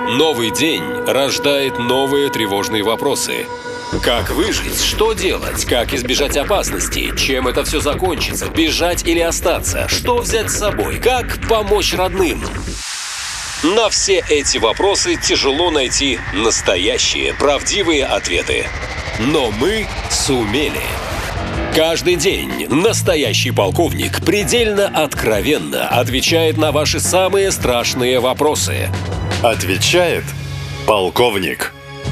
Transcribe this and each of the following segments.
Новый день рождает новые тревожные вопросы. Как выжить? Что делать? Как избежать опасности? Чем это все закончится? Бежать или остаться? Что взять с собой? Как помочь родным? На все эти вопросы тяжело найти настоящие, правдивые ответы. Но мы сумели. Каждый день настоящий полковник предельно откровенно отвечает на ваши самые страшные вопросы. Отвечает полковник.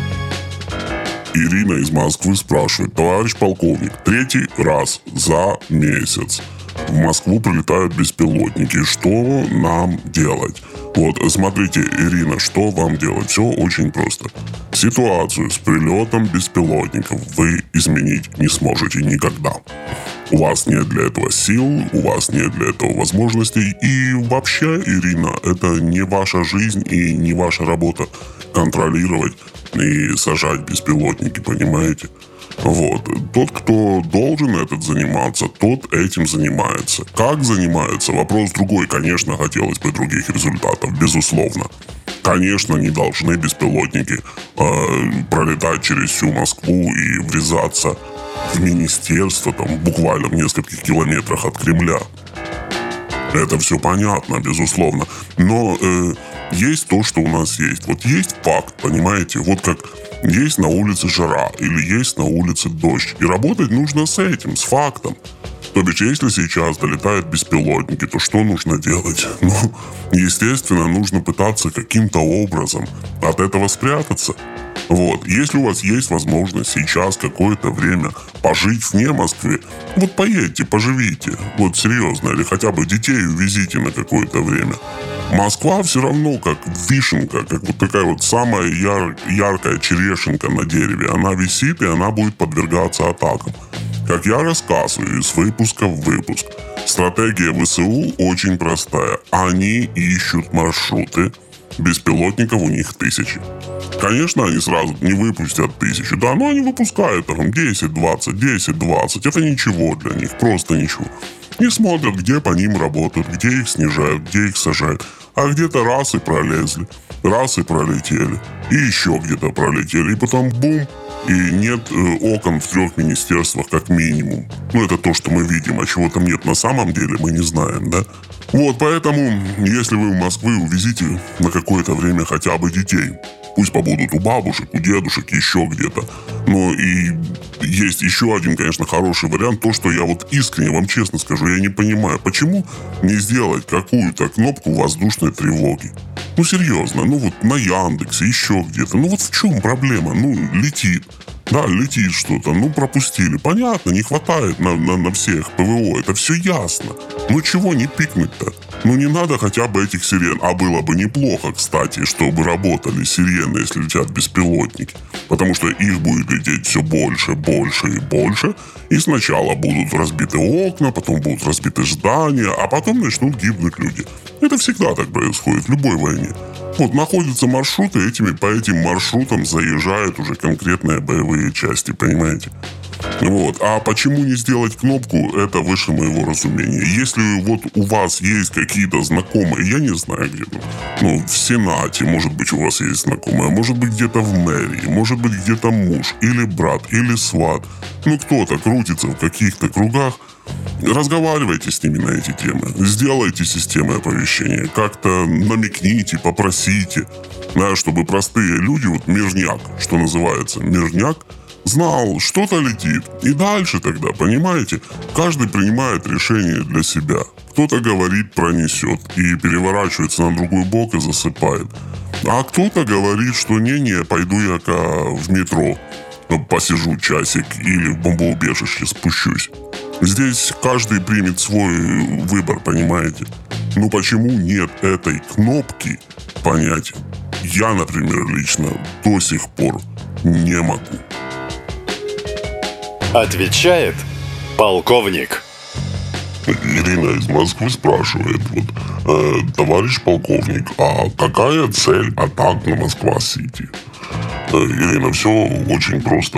Ирина из Москвы спрашивает: товарищ полковник, 3-й раз за месяц в Москву прилетают беспилотники. Что нам делать? Вот, смотрите, Ирина, что вам делать? Все очень просто. Ситуацию с прилетом беспилотников вы изменить не сможете никогда. У вас нет для этого сил, у вас нет для этого возможностей. И вообще, Ирина, это не ваша жизнь и не ваша работа контролировать и сажать беспилотники, понимаете? Вот. Тот, кто должен этим заниматься, тот этим занимается. Как занимается? Вопрос другой. Конечно, хотелось бы других результатов, безусловно. Конечно, не должны беспилотники пролетать через всю Москву и врезаться в министерство, там, буквально в нескольких километрах от Кремля. Это все понятно, безусловно. Но есть то, что у нас есть. Вот есть факт, понимаете? Вот как есть на улице жара или есть на улице дождь. И работать нужно с этим, с фактом. То бишь, если сейчас долетают беспилотники, то что нужно делать? Ну, естественно, нужно пытаться каким-то образом от этого спрятаться. Вот. Если у вас есть возможность сейчас какое-то время пожить вне Москвы, вот поедьте, поживите. Вот серьезно. Или хотя бы детей увезите на какое-то время. Москва все равно как вишенка, как вот такая вот самая яркая черешенка на дереве. Она висит, и она будет подвергаться атакам. Как я рассказываю из выпуска в выпуск, стратегия ВСУ очень простая. Они ищут маршруты. Беспилотников у них 1000. Конечно, они сразу не выпустят 1000, да, но они выпускают там 10-20, 10-20. Это ничего для них, просто ничего. И смотрят, где по ним работают, где их снижают, где их сажают. А где-то раз и пролезли, раз и пролетели, и еще где-то пролетели, и потом бум, и нет окон в 3 министерствах как минимум. Ну, это то, что мы видим, а чего там нет на самом деле, мы не знаем, да? Вот, поэтому, если вы в Москве, увезите на какое-то время хотя бы детей. Пусть побудут у бабушек, у дедушек, еще где-то. Но и есть еще один, конечно, хороший вариант. То, что я вот искренне вам честно скажу, я не понимаю, почему не сделать какую-то кнопку воздушной тревоги. Ну, серьезно, ну вот на Яндексе, еще где-то. Ну вот в чем проблема? Ну, летит. Да, летит что-то, ну пропустили. Понятно, не хватает на всех ПВО, это все ясно. Ну чего не пикнуть-то? Ну не надо хотя бы этих сирен. А было бы неплохо, кстати, чтобы работали сирены, если летят беспилотники. Потому что их будет лететь все больше, больше и больше. И сначала будут разбиты окна, потом будут разбиты здания, а потом начнут гибнуть люди. Это всегда так происходит в любой войне. Вот находятся маршруты, по этим маршрутам заезжают уже конкретные боевые части, понимаете? Вот. А почему не сделать кнопку, это выше моего разумения. Если вот у вас есть какие-то знакомые, я не знаю где-то, ну, в Сенате, может быть, у вас есть знакомые, может быть, где-то в мэрии, может быть, где-то муж, или брат, или сват. Ну, кто-то крутится в каких-то кругах. Разговаривайте с ними на эти темы. Сделайте системы оповещения. Как-то намекните, попросите. Да, чтобы простые люди, вот мирняк, что называется, мирняк, знал, что-то летит. И дальше тогда, понимаете, каждый принимает решение для себя. Кто-то говорит, пронесет и переворачивается на другой бок и засыпает. А кто-то говорит, что не-не, пойду я-ка в метро, посижу часик или в бомбоубежище спущусь. Здесь каждый примет свой выбор, понимаете? Ну почему нет этой кнопки, понять, я, например, лично до сих пор не могу. Отвечает полковник. Ирина из Москвы спрашивает: вот, товарищ полковник, а какая цель атак на Москва-Сити? Ирина, все очень просто.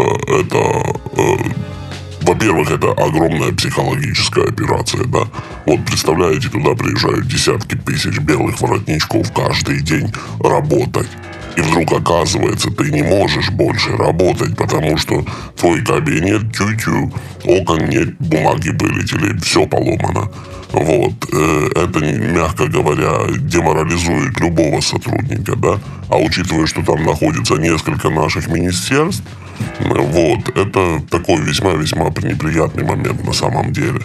Во-первых, это огромная психологическая операция, да. Вот представляете, туда приезжают десятки тысяч белых воротничков каждый день работать. И вдруг оказывается, ты не можешь больше работать, потому что твой кабинет тю-тю, окон нет, бумаги вылетели, все поломано. Вот. Это, мягко говоря, деморализует любого сотрудника, да? А учитывая, что там находится несколько наших министерств, вот, это такой весьма-весьма неприятный момент на самом деле.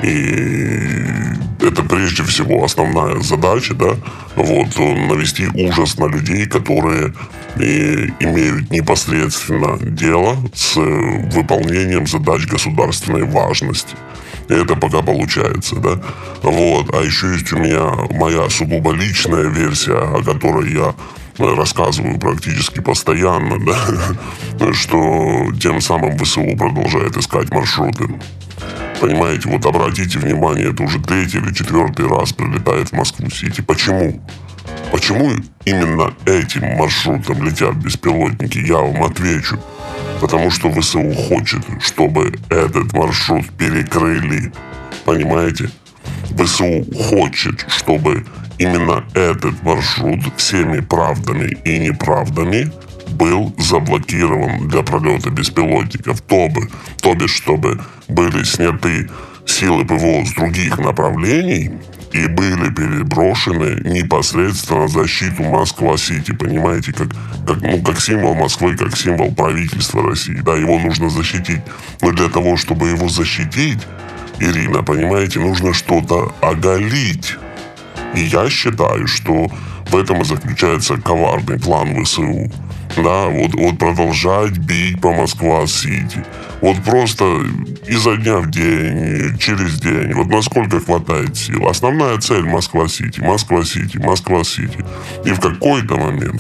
И это прежде всего основная задача, да, вот, навести ужас на людей, которые имеют непосредственно дело с выполнением задач государственной важности. И это пока получается, да. Вот. А еще есть у меня моя сугубо личная версия, о которой я рассказываю практически постоянно, да, что тем самым ВСУ продолжает искать маршруты. Понимаете, вот обратите внимание, это уже 3-й или 4-й раз прилетает в Москву-Сити. Почему? Почему именно этим маршрутом летят беспилотники? Я вам отвечу. Потому что ВСУ хочет, чтобы этот маршрут перекрыли. Понимаете? ВСУ хочет, чтобы именно этот маршрут всеми правдами и неправдами был заблокирован для пролета беспилотников. То бишь, чтобы были сняты силы ПВО с других направлений и были переброшены непосредственно на защиту Москва-Сити. Понимаете, как символ Москвы, как символ правительства России. Да, его нужно защитить. Но для того, чтобы его защитить, Ирина, понимаете, нужно что-то оголить. И я считаю, что в этом и заключается коварный план ВСУ. Да, вот продолжать бить по Москва-Сити. Вот просто изо дня в день, через день. Вот насколько хватает сил. Основная цель Москва-Сити, Москва-Сити, Москва-Сити. И в какой-то момент,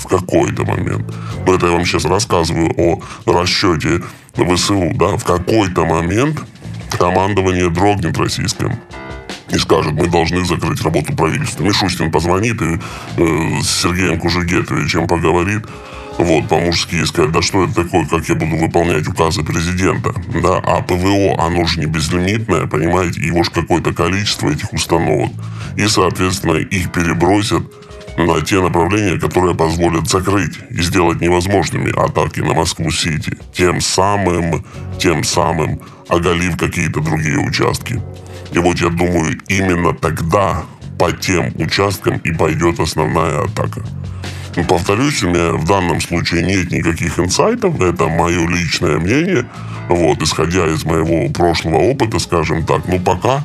но это я вам сейчас рассказываю о расчете ВСУ, да, в какой-то момент командование дрогнет российским. И скажет, мы должны закрыть работу правительства. Мишустин позвонит и с Сергеем Кужугетовичем поговорит. Вот, по-мужски сказать, да что это такое, как я буду выполнять указы президента, да, а ПВО, оно же не безлимитное, понимаете, его же какое-то количество этих установок, и, соответственно, их перебросят на те направления, которые позволят закрыть и сделать невозможными атаки на Москву-Сити, тем самым оголив какие-то другие участки. И вот я думаю, именно тогда по тем участкам и пойдет основная атака. Повторюсь, у меня в данном случае нет никаких инсайтов, это мое личное мнение, вот, исходя из моего прошлого опыта, скажем так, ну пока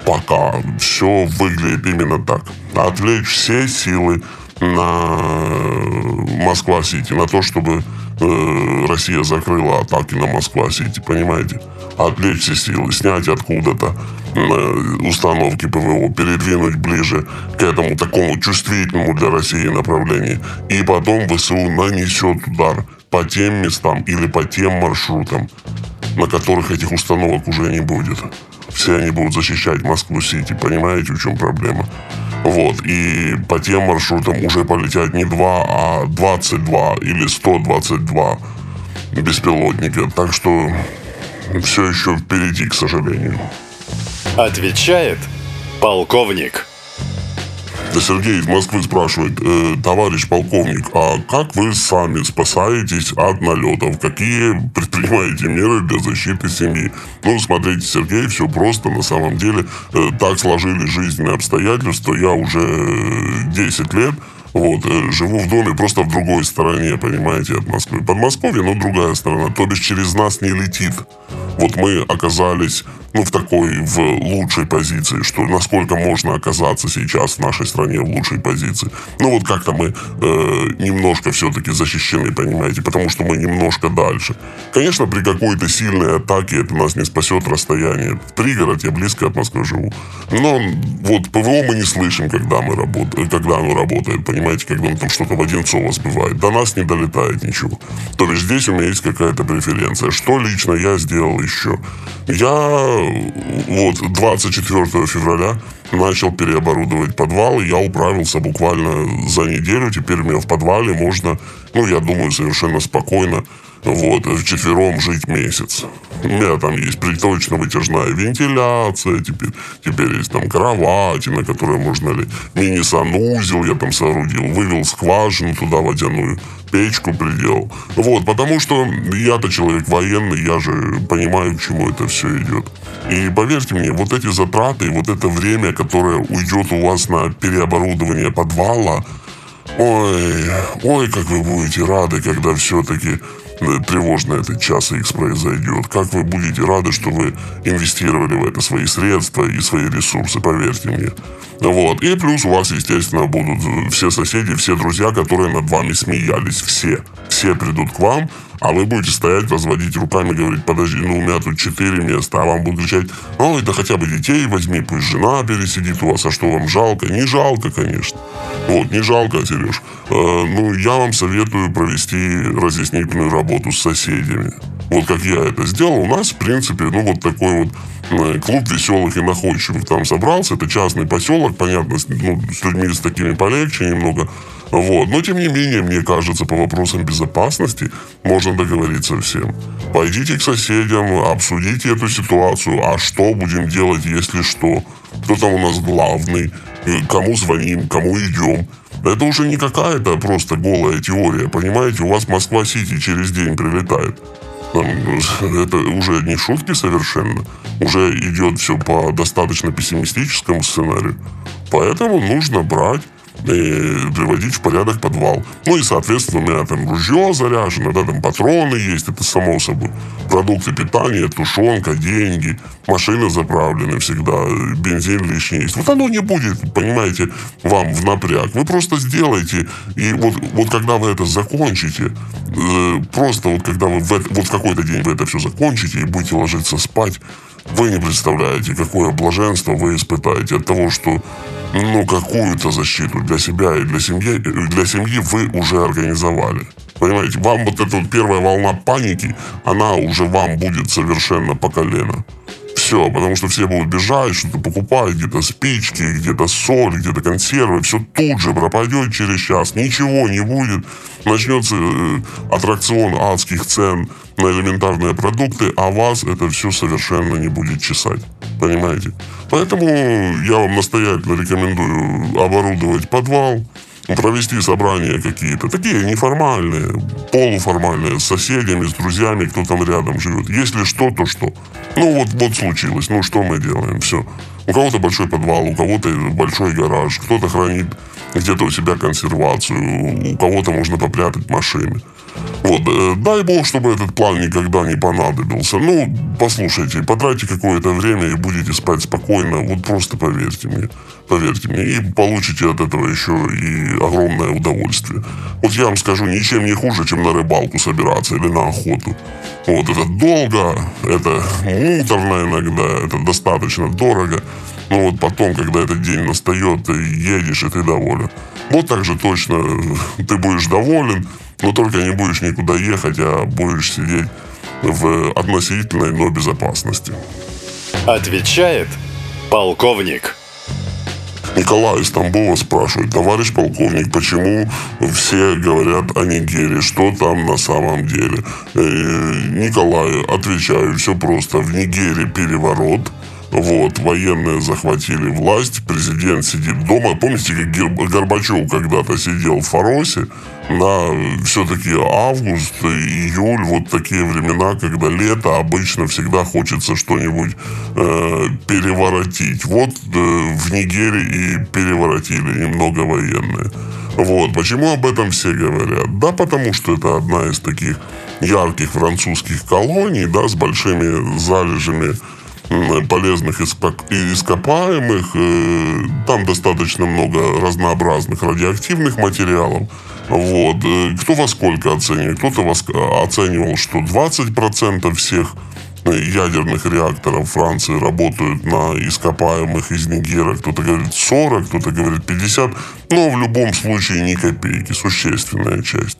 все выглядит именно так. Отвлечь все силы на Москва-Сити, на то, чтобы Россия закрыла атаки на Москва-Сити, понимаете? Отвлечь все силы, снять откуда-то установки ПВО, передвинуть ближе к этому такому чувствительному для России направлению. И потом ВСУ нанесет удар по тем местам или по тем маршрутам, на которых этих установок уже не будет. Все они будут защищать Москву-Сити. Понимаете, в чем проблема? Вот. И по тем маршрутам уже полетят не 2, а 22 или 122 беспилотника. Так что все еще впереди, к сожалению. Отвечает полковник. Да Сергей из Москвы спрашивает, товарищ полковник, а как вы сами спасаетесь от налетов? Какие предпринимаете меры для защиты семьи? Ну, смотрите, Сергей, все просто. На самом деле, так сложились жизненные обстоятельства. Я уже 10 лет живу в доме просто в другой стороне, понимаете, от Москвы. Подмосковье, но другая сторона. То бишь через нас не летит. Вот мы оказались, в лучшей позиции, что насколько можно оказаться сейчас в нашей стране в лучшей позиции. Как-то мы немножко все-таки защищены, понимаете, потому что мы немножко дальше. Конечно, при какой-то сильной атаке это нас не спасет расстояние. В пригород, я близко от Москвы живу. Но ПВО мы не слышим, когда оно работает, понимаете, когда там что-то в Одинцово сбивает. До нас не долетает ничего. То бишь здесь у меня есть какая-то преференция. Что лично я сделал еще? Я 24 февраля начал переоборудовать подвал, и я управился буквально за неделю. Теперь у меня в подвале можно, я думаю, совершенно спокойно вчетвером жить месяц. У меня там есть приточно-вытяжная вентиляция, теперь есть там кровати, на которые можно мини-санузел я там соорудил, вывел скважину туда водяную, печку приделал. Потому что я-то человек военный, я же понимаю, к чему это все идет. И поверьте мне, вот эти затраты, вот это время, которое уйдет у вас на переоборудование подвала, ой, как вы будете рады, когда все-таки тревожный этот час X произойдет. Как вы будете рады, что вы инвестировали в это свои средства и свои ресурсы, поверьте мне. И плюс у вас, естественно, будут все соседи, все друзья, которые над вами смеялись. Все придут к вам, а вы будете стоять, разводить руками, говорить: подожди, у меня тут 4 места, а вам будут кричать: да хотя бы детей возьми, пусть жена пересидит у вас, а что вам жалко? Не жалко, конечно. Не жалко, Сереж. Я вам советую провести разъяснительную работу с соседями. Как я это сделал, у нас, в принципе, такой клуб веселых и находчивых там собрался. Это частный поселок, понятно, с людьми с такими полегче немного. Но, тем не менее, мне кажется, по вопросам безопасности можно договориться всем. Пойдите к соседям, обсудите эту ситуацию. А что будем делать, если что? Кто там у нас главный? Кому звоним? Кому идем? Это уже не какая-то просто голая теория, понимаете? У вас Москва-Сити через день прилетает. Это уже не шутки совершенно. Уже идет все по достаточно пессимистическому сценарию. Поэтому нужно брать и приводить в порядок подвал. И, соответственно, у меня там ружье заряжено, там патроны есть, это само собой. Продукты питания, тушенка, деньги, машины заправлены всегда, бензин лишний есть. Оно не будет, понимаете, вам в напряг. Вы просто сделайте, и когда вы это закончите, просто когда вы в какой-то день вы это все закончите и будете ложиться спать, вы не представляете, какое блаженство вы испытаете от того, что какую-то защиту для себя и для семьи вы уже организовали. Понимаете, вам эта первая волна паники, она уже вам будет совершенно по колено. Все, потому что все будут бежать, что-то покупать, где-то спички, где-то соль, где-то консервы. Все тут же пропадет через час, ничего не будет. Начнется аттракцион адских цен на элементарные продукты, а вас это все совершенно не будет чесать. Понимаете? Поэтому я вам настоятельно рекомендую оборудовать подвал, провести собрания какие-то, такие неформальные, полуформальные, с соседями, с друзьями, кто там рядом живет. Если что, то что? Случилось. Что мы делаем? Все. У кого-то большой подвал, у кого-то большой гараж, кто-то хранит где-то у себя консервацию, у кого-то можно попрятать машины. Дай бог, чтобы этот план никогда не понадобился. Послушайте, потратьте какое-то время и будете спать спокойно. Просто поверьте мне. И получите от этого еще и огромное удовольствие. Я вам скажу, ничем не хуже, чем на рыбалку собираться или на охоту. Это долго, это муторно иногда, это достаточно дорого. Потом, когда этот день настает, ты едешь, и ты доволен. Так же точно ты будешь доволен, но только не будешь никуда ехать, а будешь сидеть в относительной, но безопасности. Отвечает полковник. Николай из Тамбова спрашивает: товарищ полковник, почему все говорят о Нигерии? Что там на самом деле? Николай, отвечаю, все просто. В Нигерии переворот. Военные захватили власть, президент сидит дома. Помните, как Горбачев когда-то сидел в Фаросе? Все-таки август, июль, такие времена, когда лето, обычно всегда хочется что-нибудь переворотить. В Нигерии и переворотили немного военные. Почему об этом все говорят? Да, потому что это одна из таких ярких французских колоний, с большими залежами полезных ископаемых. Там достаточно много разнообразных радиоактивных материалов. Кто во сколько оценивает? Кто-то оценивал, что 20% всех ядерных реакторов Франции работают на ископаемых из Нигера. Кто-то говорит 40, кто-то говорит 50. Но в любом случае ни копейки. Существенная часть.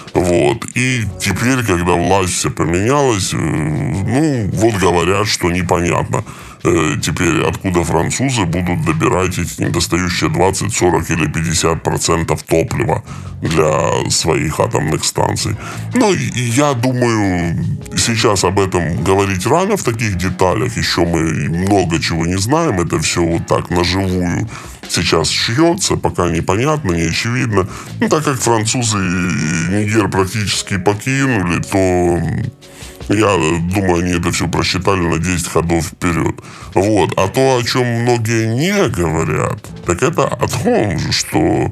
И теперь, когда власть вся поменялась, говорят, что непонятно, теперь откуда французы будут добирать эти недостающие 20, 40 или 50% топлива для своих атомных станций. Но я думаю, сейчас об этом говорить рано в таких деталях. Еще мы много чего не знаем. Это все вот так наживую сейчас шьется, пока непонятно, не очевидно. Ну, так как французы Нигер практически покинули, то я думаю, они это все просчитали на 10 ходов вперед. Вот. А то, о чем многие не говорят, так это о том же, что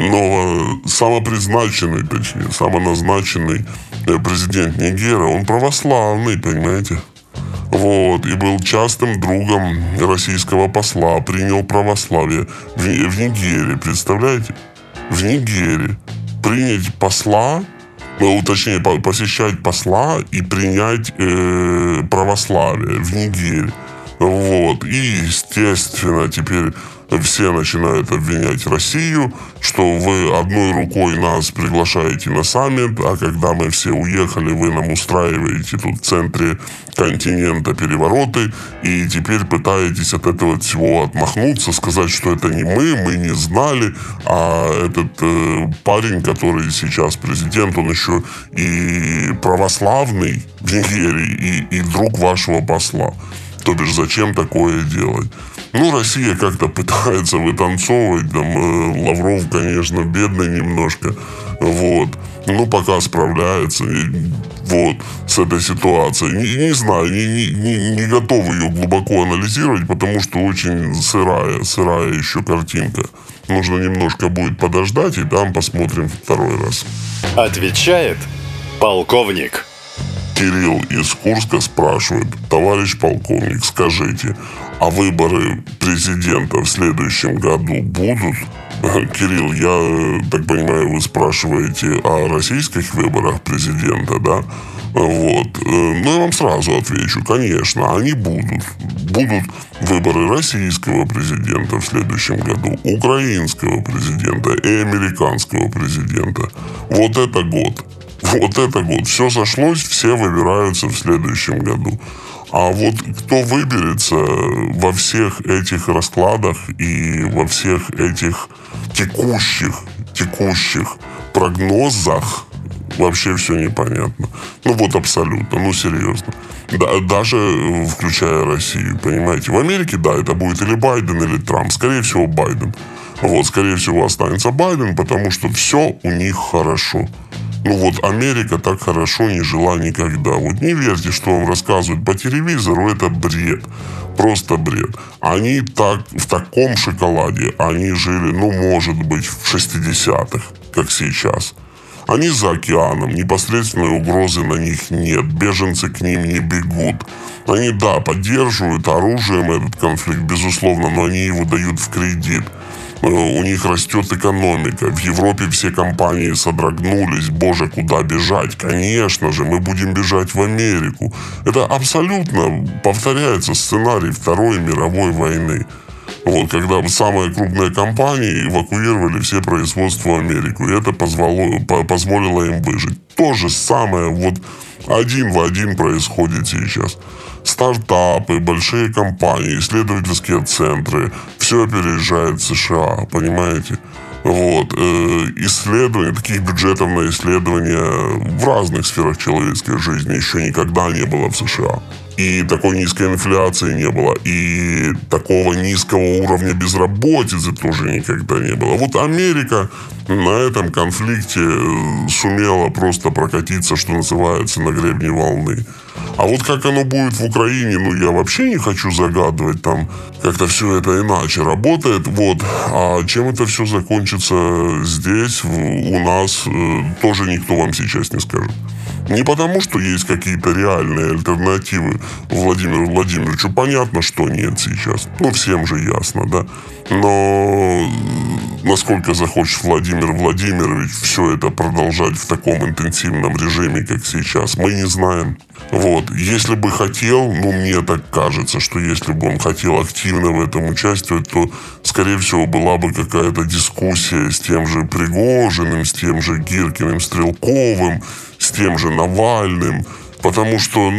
самопризначенный, точнее, самоназначенный президент Нигера, он православный, понимаете? Вот, и был частым другом российского посла, принял православие в Нигере, представляете? В Нигере принять посла, точнее, посещать посла и принять православие в Нигере. Вот, и, естественно, теперь все начинают обвинять Россию, что вы одной рукой нас приглашаете на саммит, а когда мы все уехали, вы нам устраиваете тут в центре континента перевороты, и теперь пытаетесь от этого всего отмахнуться, сказать, что это не мы не знали, а этот парень, который сейчас президент, он еще и православный в Нигерии, и друг вашего посла. То бишь, зачем такое делать? Ну, Россия как-то пытается вытанцовывать. Там Лавров, конечно, бедный немножко. Вот. Ну, пока справляется. Вот. С этой ситуацией. Не знаю, не готов ее глубоко анализировать, потому что очень сырая еще картинка. Нужно немножко будет подождать, и там посмотрим второй раз. Отвечает полковник. Кирилл из Курска спрашивает: товарищ полковник, скажите, а выборы президента в следующем году будут? Кирилл, я так понимаю, вы спрашиваете о российских выборах президента, да? Вот. Ну, я вам сразу отвечу, конечно, они будут. Будут выборы российского президента в следующем году, украинского президента и американского президента. Вот это год. Вот это год. Все сошлось, все выбираются в следующем году. А вот кто выберется во всех этих раскладах и во всех этих текущих прогнозах, вообще все непонятно. Ну вот абсолютно, ну серьезно. Да, даже включая Россию, понимаете. В Америке, да, это будет или Байден, или Трамп. Скорее всего, Байден. Вот, скорее всего, останется Байден, потому что все у них хорошо. Ну вот Америка так хорошо не жила никогда. Вот не верьте, что вам рассказывают по телевизору, это бред. Просто бред. Они в таком шоколаде, они жили, ну, может быть, в 60-х, как сейчас. Они за океаном, непосредственной угрозы на них нет, беженцы к ним не бегут. Они, да, поддерживают оружием этот конфликт, безусловно, но они его дают в кредит. У них растет экономика. В Европе все компании содрогнулись. Боже, куда бежать? Конечно же, мы будем бежать в Америку. Это абсолютно повторяется сценарий Второй мировой войны. Вот, когда самые крупные компании эвакуировали все производства в Америку. И это позволило им выжить. То же самое, вот один в один происходит сейчас. Стартапы, большие компании, исследовательские центры, все переезжает в США, понимаете? Вот. Исследования, таких бюджетов на исследования в разных сферах человеческой жизни еще никогда не было в США. И такой низкой инфляции не было. И такого низкого уровня безработицы тоже никогда не было. Вот Америка на этом конфликте сумела просто прокатиться, что называется, на гребне волны. А вот как оно будет в Украине, ну, я вообще не хочу загадывать. Там как-то все это иначе работает. Вот. А чем это все закончится здесь, у нас, тоже никто вам сейчас не скажет. Не потому, что есть какие-то реальные альтернативы Владимиру Владимировичу. Понятно, что нет сейчас. Ну, всем же ясно, да. Но насколько захочет Владимир Владимирович все это продолжать в таком интенсивном режиме, как сейчас, мы не знаем. Вот. Если бы хотел, ну, мне так кажется, что если бы он хотел активно в этом участвовать, то, скорее всего, была бы какая-то дискуссия с тем же Пригожиным, с тем же Гиркиным, Стрелковым, с тем же Навальным, Потому что,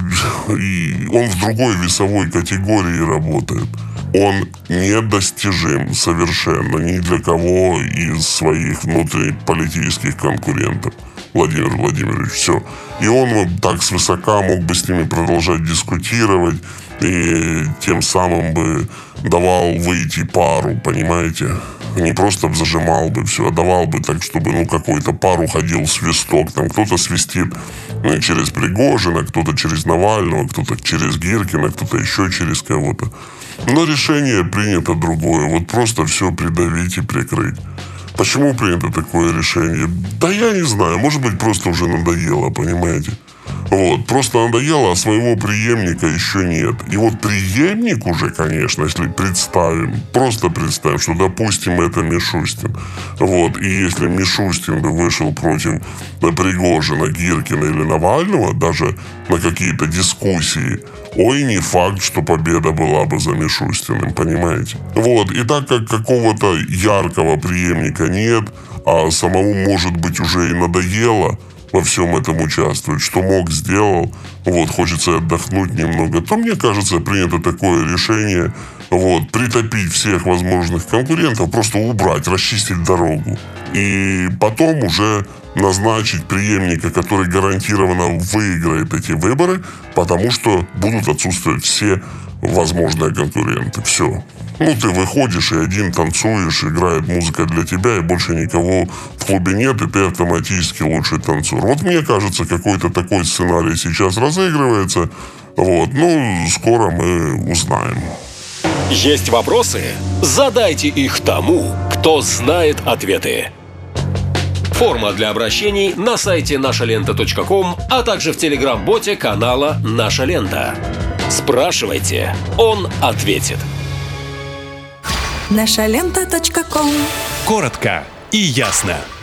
и он в другой весовой категории работает. Он недостижим совершенно ни для кого из своих внутриполитических конкурентов. Владимир Владимирович, все. И он вот так свысока мог бы с ними продолжать дискутировать, и тем самым бы давал выйти пару, понимаете? Не просто бы зажимал бы все, а давал бы так, чтобы какой-то пару ходил свисток. Там кто-то свистит через Пригожина, кто-то через Навального, кто-то через Гиркина, кто-то еще через кого-то. Но решение принято другое. Вот просто все придавить и прикрыть. Почему принято такое решение? Да я не знаю. Может быть, просто уже надоело, понимаете? Вот, просто надоело, а своего преемника еще нет. И вот преемник уже, конечно, если просто представим, что, допустим, это Мишустин. Вот, и если Мишустин бы вышел против Пригожина, Гиркина или Навального, даже на какие-то дискуссии, не факт, что победа была бы за Мишустиным, понимаете? Вот, и так как какого-то яркого преемника нет, а самому, может быть, уже и надоело во всем этом участвовать, что мог, сделал, хочется отдохнуть немного, то, мне кажется, принято такое решение, притопить всех возможных конкурентов, просто убрать, расчистить дорогу. И потом уже назначить преемника, который гарантированно выиграет эти выборы, потому что будут отсутствовать все возможные конкуренты. Все. Ты выходишь и один танцуешь, играет музыка для тебя, и больше никого в клубе нет, и ты автоматически лучший танцор. Вот мне кажется, какой-то такой сценарий сейчас разыгрывается. Скоро мы узнаем. Есть вопросы? Задайте их тому, кто знает ответы. Форма для обращений на сайте нашалента.ком, а также в телеграм-боте канала «Наша лента». Спрашивайте, он ответит. Нашалента.ком. Коротко и ясно.